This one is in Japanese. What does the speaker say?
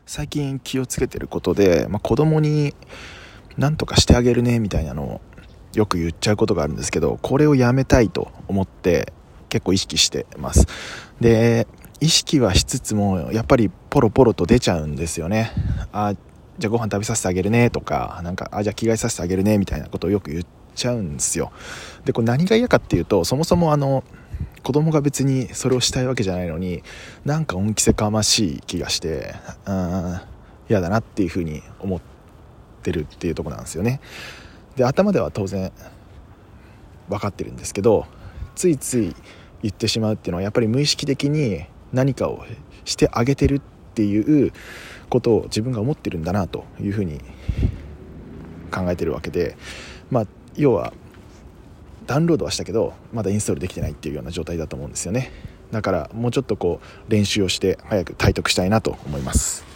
最近気をつけてることで、子供に何とかしてあげるねみたいなのをよく言っちゃうことがあるんですけど、これをやめたいと思って結構意識してます。で、意識はしつつもやっぱりポロポロと出ちゃうんですよね。じゃあご飯食べさせてあげるねとか、じゃあ着替えさせてあげるねみたいなことをよく言っちゃうんですよ。で、これ何が嫌かっていうと、そもそも子供が別にそれをしたいわけじゃないのに、なんか恩着せがましい気がして、嫌だなっていうふうに思ってるっていうところなんですよね。で、頭では当然分かってるんですけど、ついつい言ってしまうっていうのはやっぱり無意識的に何かをしてあげてるっていうことを自分が思ってるんだなというふうに考えてるわけで、要はダウンロードはしたけどまだインストールできてないっていうような状態だと思うんですよね。だからもうちょっと練習をして早く体得したいなと思います。